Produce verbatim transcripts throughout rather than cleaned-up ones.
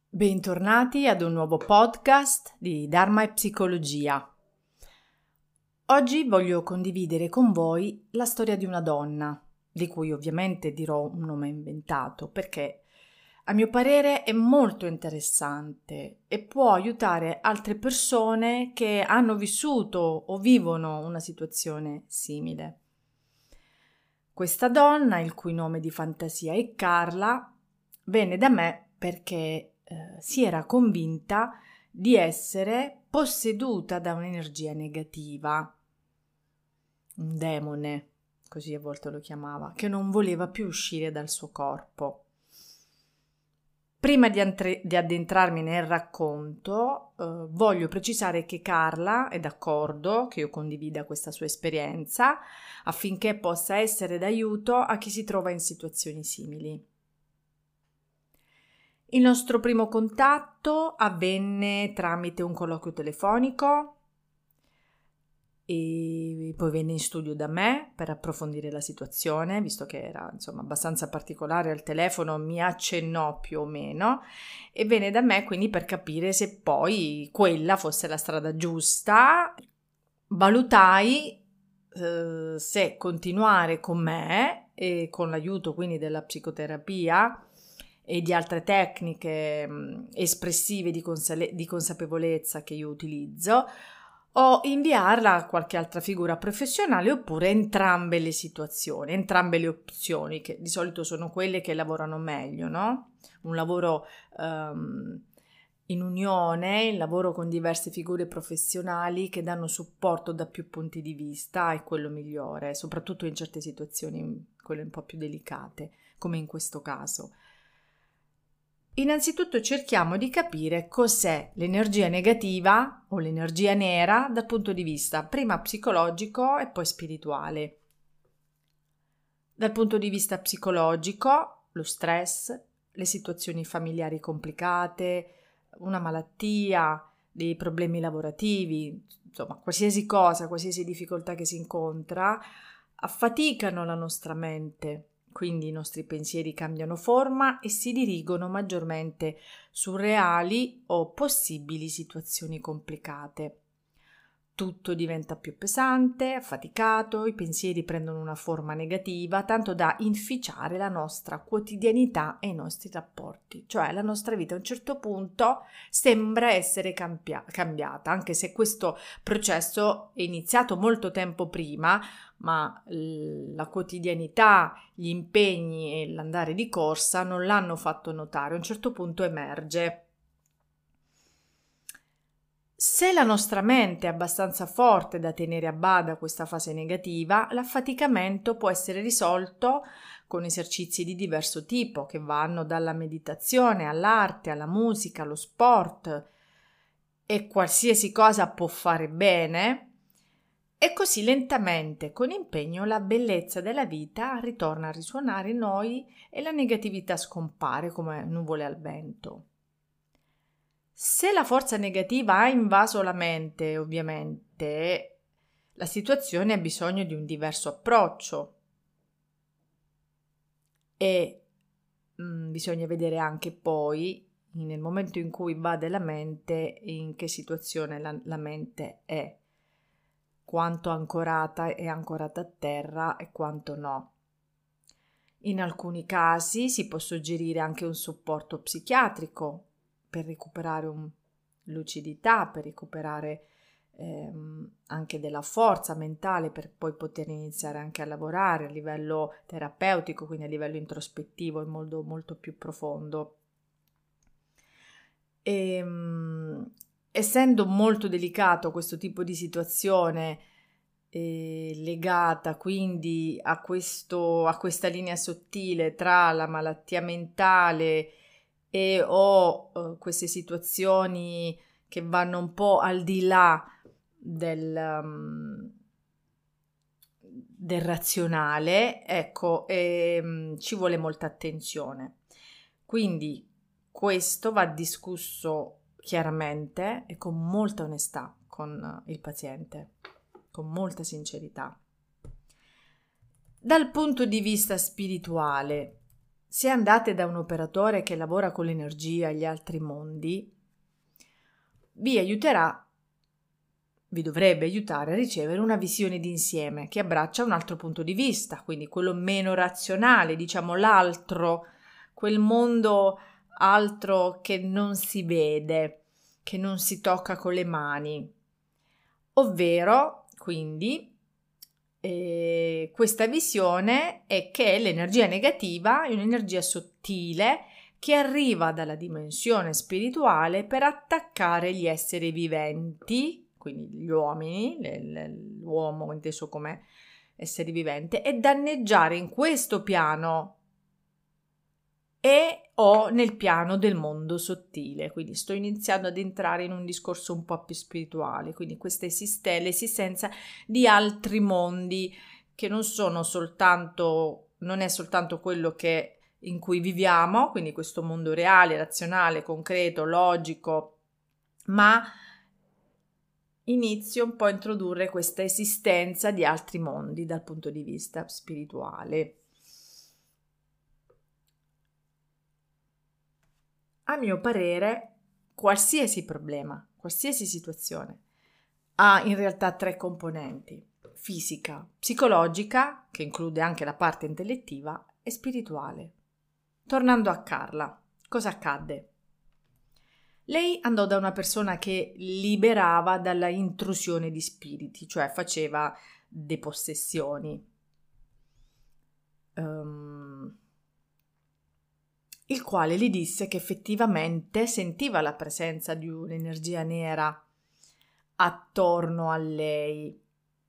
Bentornati ad un nuovo podcast di Dharma e Psicologia. Oggi voglio condividere con voi la storia di una donna, di cui ovviamente dirò un nome inventato, perché a mio parere è molto interessante e può aiutare altre persone che hanno vissuto o vivono una situazione simile. Questa donna, il cui nome di fantasia è Carla, venne da me perché Eh, si era convinta di essere posseduta da un'energia negativa, un demone, così a volte lo chiamava, che non voleva più uscire dal suo corpo. Prima di, antre- di addentrarmi nel racconto, eh, voglio precisare che Carla è d'accordo che io condivida questa sua esperienza affinché possa essere d'aiuto a chi si trova in situazioni simili. Il nostro primo contatto avvenne tramite un colloquio telefonico e poi venne in studio da me per approfondire la situazione, visto che era insomma abbastanza particolare al telefono, mi accennò più o meno e venne da me quindi per capire se poi quella fosse la strada giusta. Valutai eh, se continuare con me e con l'aiuto quindi della psicoterapia e di altre tecniche mh, espressive di, consale- di consapevolezza che io utilizzo, o inviarla a qualche altra figura professionale oppure entrambe le situazioni, entrambe le opzioni, che di solito sono quelle che lavorano meglio, no? Un lavoro um, in unione, il lavoro con diverse figure professionali che danno supporto da più punti di vista è quello migliore, soprattutto in certe situazioni, quelle un po' più delicate, come in questo caso. Innanzitutto cerchiamo di capire cos'è l'energia negativa o l'energia nera dal punto di vista prima psicologico e poi spirituale. Dal punto di vista psicologico, lo stress, le situazioni familiari complicate, una malattia, dei problemi lavorativi, insomma, qualsiasi cosa, qualsiasi difficoltà che si incontra, affaticano la nostra mente. Quindi i nostri pensieri cambiano forma e si dirigono maggiormente su reali o possibili situazioni complicate. Tutto diventa più pesante, affaticato, i pensieri prendono una forma negativa, tanto da inficiare la nostra quotidianità e i nostri rapporti. Cioè la nostra vita a un certo punto sembra essere cambia- cambiata, anche se questo processo è iniziato molto tempo prima, ma la quotidianità, gli impegni e l'andare di corsa non l'hanno fatto notare. A un certo punto emerge. Se la nostra mente è abbastanza forte da tenere a bada questa fase negativa, l'affaticamento può essere risolto con esercizi di diverso tipo che vanno dalla meditazione all'arte, alla musica, allo sport e qualsiasi cosa può fare bene. E così lentamente, con impegno, la bellezza della vita ritorna a risuonare in noi e la negatività scompare come nuvole al vento. Se la forza negativa ha invaso la mente, ovviamente, la situazione ha bisogno di un diverso approccio e mh, bisogna vedere anche poi, nel momento in cui invade la mente, in che situazione la, la mente è, quanto ancorata è ancorata a terra e quanto no. In alcuni casi si può suggerire anche un supporto psichiatrico per recuperare un lucidità, per recuperare ehm, anche della forza mentale per poi poter iniziare anche a lavorare a livello terapeutico, quindi a livello introspettivo in modo molto più profondo. E, mh, essendo molto delicato questo tipo di situazione eh, legata quindi a, questo, a questa linea sottile tra la malattia mentale e o eh, queste situazioni che vanno un po' al di là del, um, del razionale, ecco, ehm, ci vuole molta attenzione. Quindi questo va discusso chiaramente e con molta onestà con il paziente, con molta sincerità. Dal punto di vista spirituale, se andate da un operatore che lavora con l'energia e gli altri mondi, vi aiuterà, vi dovrebbe aiutare a ricevere una visione d'insieme che abbraccia un altro punto di vista, quindi quello meno razionale, diciamo l'altro, quel mondo altro che non si vede, che non si tocca con le mani, ovvero quindi eh, questa visione è che l'energia negativa è un'energia sottile che arriva dalla dimensione spirituale per attaccare gli esseri viventi, quindi gli uomini, l'uomo inteso come essere vivente, e danneggiare in questo piano e o nel piano del mondo sottile. Quindi sto iniziando ad entrare in un discorso un po' più spirituale, quindi questa esiste, l'esistenza di altri mondi che non sono soltanto, non è soltanto quello che in cui viviamo, quindi questo mondo reale, razionale, concreto, logico, ma inizio un po' a introdurre questa esistenza di altri mondi dal punto di vista spirituale. A mio parere, qualsiasi problema, qualsiasi situazione ha in realtà tre componenti: fisica, psicologica, che include anche la parte intellettiva, e spirituale. Tornando a Carla, cosa accadde? Lei andò da una persona che liberava dalla intrusione di spiriti, cioè faceva depossessioni. Um, il quale le disse che effettivamente sentiva la presenza di un'energia nera attorno a lei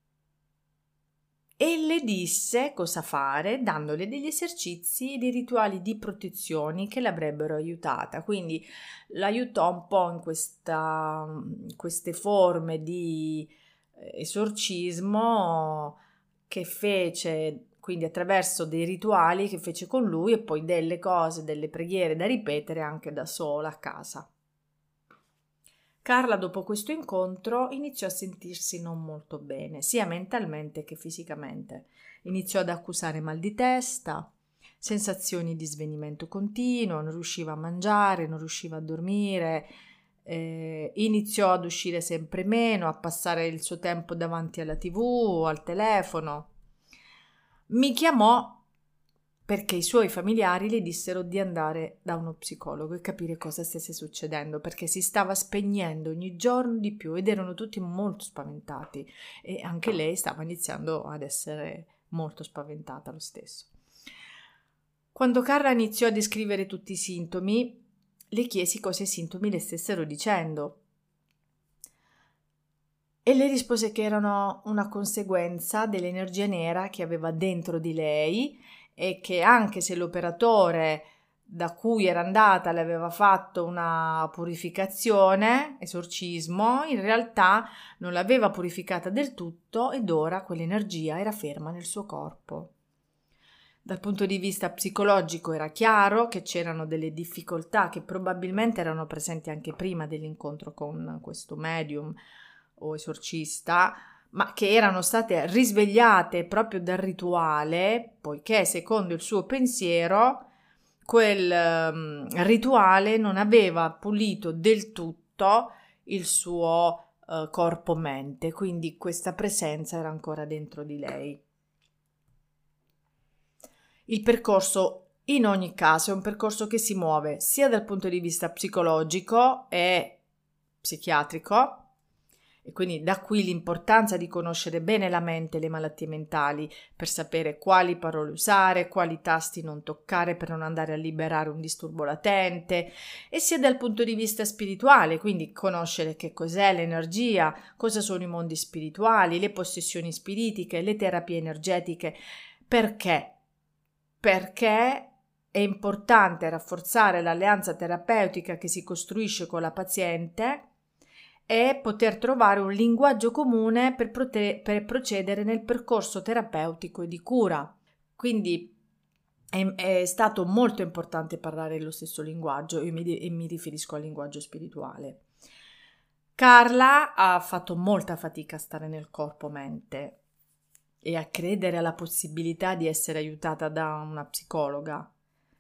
e le disse cosa fare, dandole degli esercizi e dei rituali di protezioni che l'avrebbero aiutata. Quindi l'aiutò un po' in questa, in queste forme di esorcismo che fece, quindi attraverso dei rituali che fece con lui e poi delle cose, delle preghiere da ripetere anche da sola a casa. Carla, dopo questo incontro, iniziò a sentirsi non molto bene, sia mentalmente che fisicamente. Iniziò ad accusare mal di testa, sensazioni di svenimento continuo, non riusciva a mangiare, non riusciva a dormire, eh, iniziò ad uscire sempre meno, a passare il suo tempo davanti alla tivù, al telefono. Mi chiamò perché i suoi familiari le dissero di andare da uno psicologo e capire cosa stesse succedendo, perché si stava spegnendo ogni giorno di più ed erano tutti molto spaventati e anche lei stava iniziando ad essere molto spaventata lo stesso. Quando Carla iniziò a descrivere tutti i sintomi, le chiesi cosa i sintomi le stessero dicendo e le rispose che erano una conseguenza dell'energia nera che aveva dentro di lei e che anche se l'operatore da cui era andata le aveva fatto una purificazione, esorcismo, in realtà non l'aveva purificata del tutto ed ora quell'energia era ferma nel suo corpo. Dal punto di vista psicologico era chiaro che c'erano delle difficoltà che probabilmente erano presenti anche prima dell'incontro con questo medium o esorcista, ma che erano state risvegliate proprio dal rituale, poiché secondo il suo pensiero quel um, rituale non aveva pulito del tutto il suo uh, corpo-mente, quindi questa presenza era ancora dentro di lei. Il percorso in ogni caso è un percorso che si muove sia dal punto di vista psicologico e psichiatrico, e quindi da qui l'importanza di conoscere bene la mente e le malattie mentali per sapere quali parole usare, quali tasti non toccare per non andare a liberare un disturbo latente, e sia dal punto di vista spirituale, quindi conoscere che cos'è l'energia, cosa sono i mondi spirituali, le possessioni spiritiche, le terapie energetiche. Perché? Perché è importante rafforzare l'alleanza terapeutica che si costruisce con la paziente e poter trovare un linguaggio comune per, prote- per procedere nel percorso terapeutico e di cura. Quindi è, è stato molto importante parlare lo stesso linguaggio e mi, e mi riferisco al linguaggio spirituale. Carla ha fatto molta fatica a stare nel corpo-mente e a credere alla possibilità di essere aiutata da una psicologa.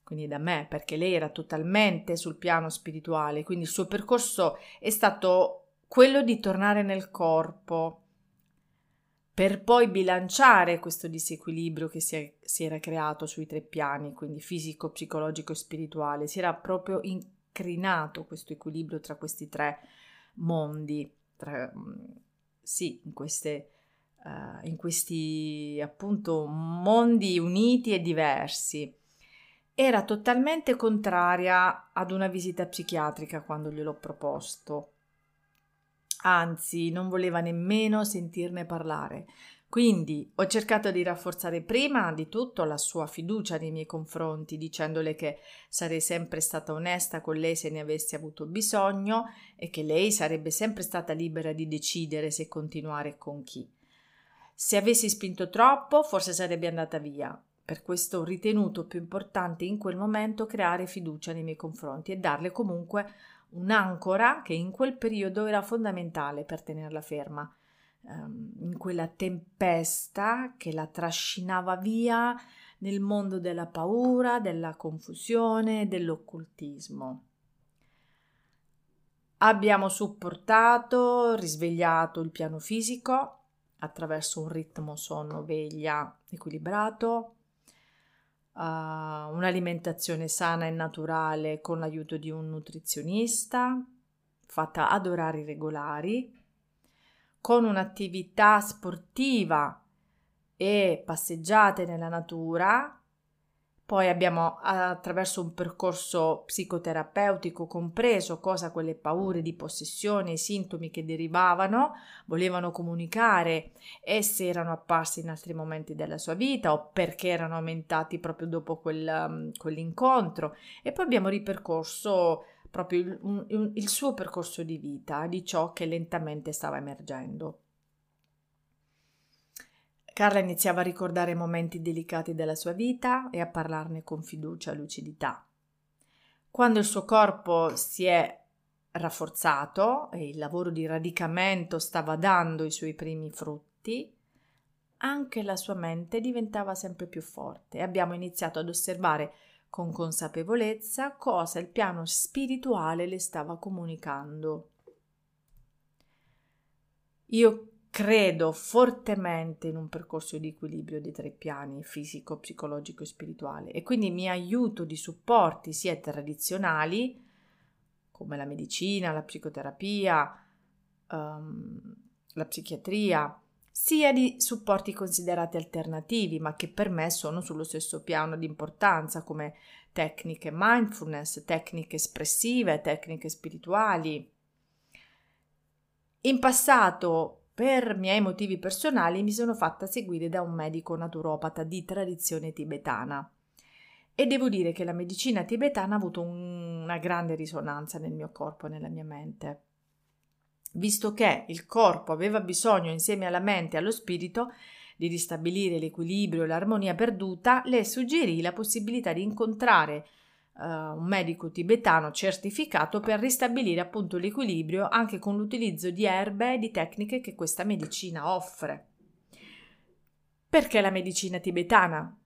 quindi da me, perché lei era totalmente sul piano spirituale, quindi il suo percorso è stato quello di tornare nel corpo per poi bilanciare questo disequilibrio che si, è, si era creato sui tre piani, quindi fisico, psicologico e spirituale. Si era proprio incrinato questo equilibrio tra questi tre mondi, tra, sì, in queste Uh, in questi appunto mondi uniti e diversi. Era totalmente contraria ad una visita psichiatrica quando gliel'ho proposto, anzi non voleva nemmeno sentirne parlare. Quindi ho cercato di rafforzare prima di tutto la sua fiducia nei miei confronti, dicendole che sarei sempre stata onesta con lei se ne avessi avuto bisogno e che lei sarebbe sempre stata libera di decidere se continuare con chi. Se avessi spinto troppo, forse sarebbe andata via. Per questo ho ritenuto più importante in quel momento creare fiducia nei miei confronti e darle comunque un'ancora che in quel periodo era fondamentale per tenerla ferma, um, in quella tempesta che la trascinava via nel mondo della paura, della confusione, dell'occultismo. Abbiamo supportato, risvegliato il piano fisico attraverso un ritmo sonno-veglia equilibrato, uh, un'alimentazione sana e naturale con l'aiuto di un nutrizionista, fatta ad orari regolari, con un'attività sportiva e passeggiate nella natura. Poi abbiamo attraverso un percorso psicoterapeutico compreso cosa quelle paure di possessione, i sintomi che derivavano, volevano comunicare e se erano apparsi in altri momenti della sua vita o perché erano aumentati proprio dopo quel, quell'incontro. E poi abbiamo ripercorso proprio il, un, il suo percorso di vita, di ciò che lentamente stava emergendo. Carla iniziava a ricordare momenti delicati della sua vita e a parlarne con fiducia e lucidità. Quando il suo corpo si è rafforzato e il lavoro di radicamento stava dando i suoi primi frutti, anche la sua mente diventava sempre più forte e abbiamo iniziato ad osservare con consapevolezza cosa il piano spirituale le stava comunicando. Io credo fortemente in un percorso di equilibrio dei tre piani, fisico, psicologico e spirituale, e quindi mi aiuto di supporti sia tradizionali, come la medicina, la psicoterapia, um, la psichiatria, sia di supporti considerati alternativi, ma che per me sono sullo stesso piano di importanza, come tecniche mindfulness, tecniche espressive, tecniche spirituali. In passato, per miei motivi personali, mi sono fatta seguire da un medico naturopata di tradizione tibetana e devo dire che la medicina tibetana ha avuto un, una grande risonanza nel mio corpo e nella mia mente. Visto che il corpo aveva bisogno, insieme alla mente e allo spirito, di ristabilire l'equilibrio e l'armonia perduta, le suggerì la possibilità di incontrare Uh, un medico tibetano certificato per ristabilire appunto l'equilibrio anche con l'utilizzo di erbe e di tecniche che questa medicina offre. Perché la medicina tibetana?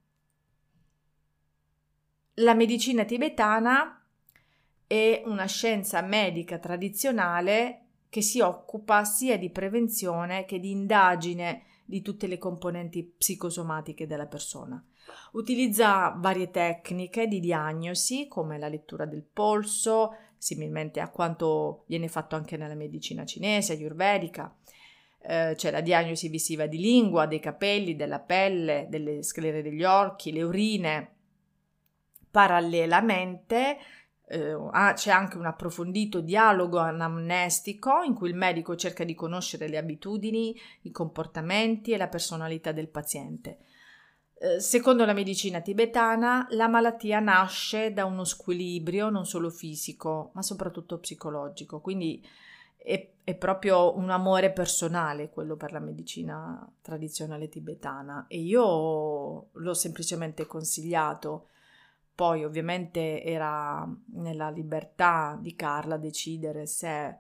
La medicina tibetana è una scienza medica tradizionale che si occupa sia di prevenzione che di indagine di tutte le componenti psicosomatiche della persona. Utilizza varie tecniche di diagnosi come la lettura del polso, similmente a quanto viene fatto anche nella medicina cinese, ayurvedica. Eh, c'è la diagnosi visiva di lingua, dei capelli, della pelle, delle sclere degli occhi, le urine. Parallelamente eh, c'è anche un approfondito dialogo anamnestico in cui il medico cerca di conoscere le abitudini, i comportamenti e la personalità del paziente. Secondo la medicina tibetana, la malattia nasce da uno squilibrio non solo fisico, ma soprattutto psicologico, quindi è, è proprio un amore personale quello per la medicina tradizionale tibetana e io l'ho semplicemente consigliato. Poi ovviamente era nella libertà di Carla decidere se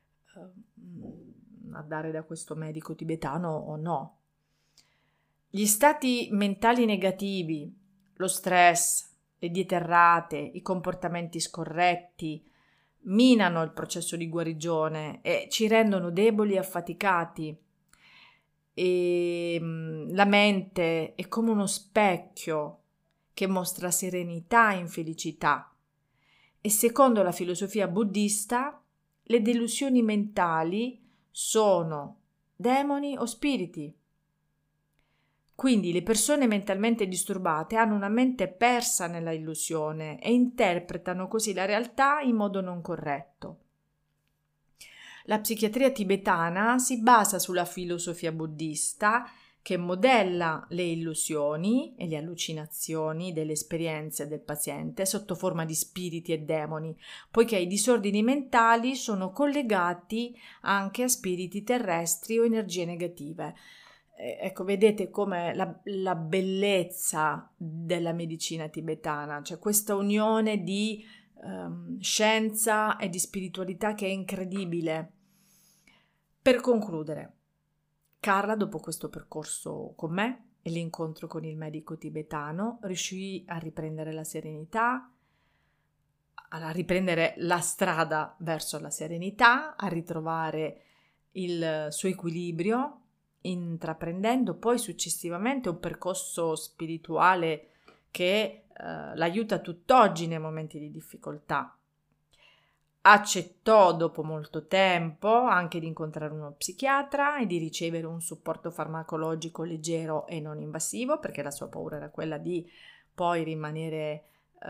uh, andare da questo medico tibetano o no. Gli stati mentali negativi, lo stress, le diete errate, i comportamenti scorretti minano il processo di guarigione e ci rendono deboli e affaticati. E la mente è come uno specchio che mostra serenità e infelicità. E secondo la filosofia buddista, le delusioni mentali sono demoni o spiriti. Quindi le persone mentalmente disturbate hanno una mente persa nella illusione e interpretano così la realtà in modo non corretto. La psichiatria tibetana si basa sulla filosofia buddista che modella le illusioni e le allucinazioni delle esperienze del paziente sotto forma di spiriti e demoni, poiché i disordini mentali sono collegati anche a spiriti terrestri o energie negative. Eh, ecco, vedete come la, la bellezza della medicina tibetana, cioè questa unione di um, scienza e di spiritualità che è incredibile. Per concludere, Carla, dopo questo percorso con me e l'incontro con il medico tibetano, riuscì a riprendere la serenità, a riprendere la strada verso la serenità, a ritrovare il suo equilibrio, intraprendendo poi successivamente un percorso spirituale che eh, l'aiuta tutt'oggi nei momenti di difficoltà. Accettò dopo molto tempo anche di incontrare uno psichiatra e di ricevere un supporto farmacologico leggero e non invasivo, perché la sua paura era quella di poi rimanere,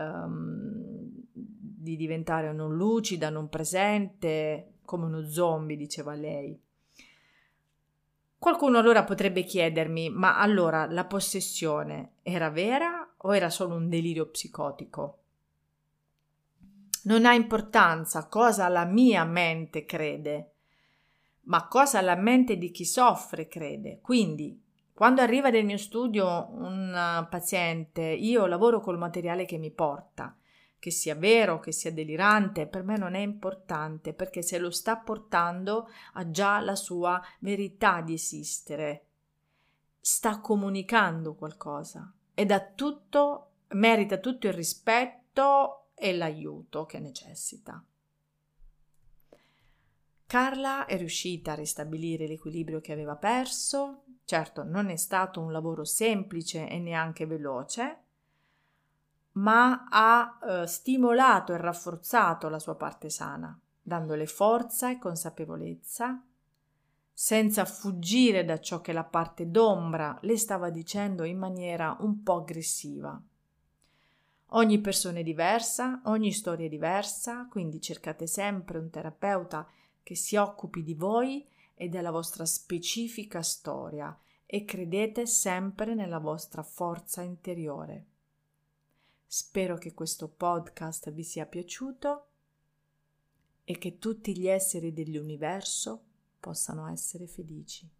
um, di diventare non lucida, non presente, come uno zombie, diceva lei. Qualcuno allora potrebbe chiedermi, ma allora la possessione era vera o era solo un delirio psicotico? Non ha importanza cosa la mia mente crede, ma cosa la mente di chi soffre crede. Quindi, quando arriva nel mio studio un paziente, io lavoro col materiale che mi porta, che sia vero, che sia delirante, per me non è importante, perché se lo sta portando ha già la sua verità di esistere, sta comunicando qualcosa ed ha tutto, merita tutto il rispetto e l'aiuto che necessita. Carla è riuscita a ristabilire l'equilibrio che aveva perso. Certo, non è stato un lavoro semplice e neanche veloce, ma ha eh, stimolato e rafforzato la sua parte sana, dandole forza e consapevolezza, senza fuggire da ciò che la parte d'ombra le stava dicendo in maniera un po' aggressiva. Ogni persona è diversa, ogni storia è diversa, quindi cercate sempre un terapeuta che si occupi di voi e della vostra specifica storia e credete sempre nella vostra forza interiore. Spero che questo podcast vi sia piaciuto e che tutti gli esseri dell'universo possano essere felici.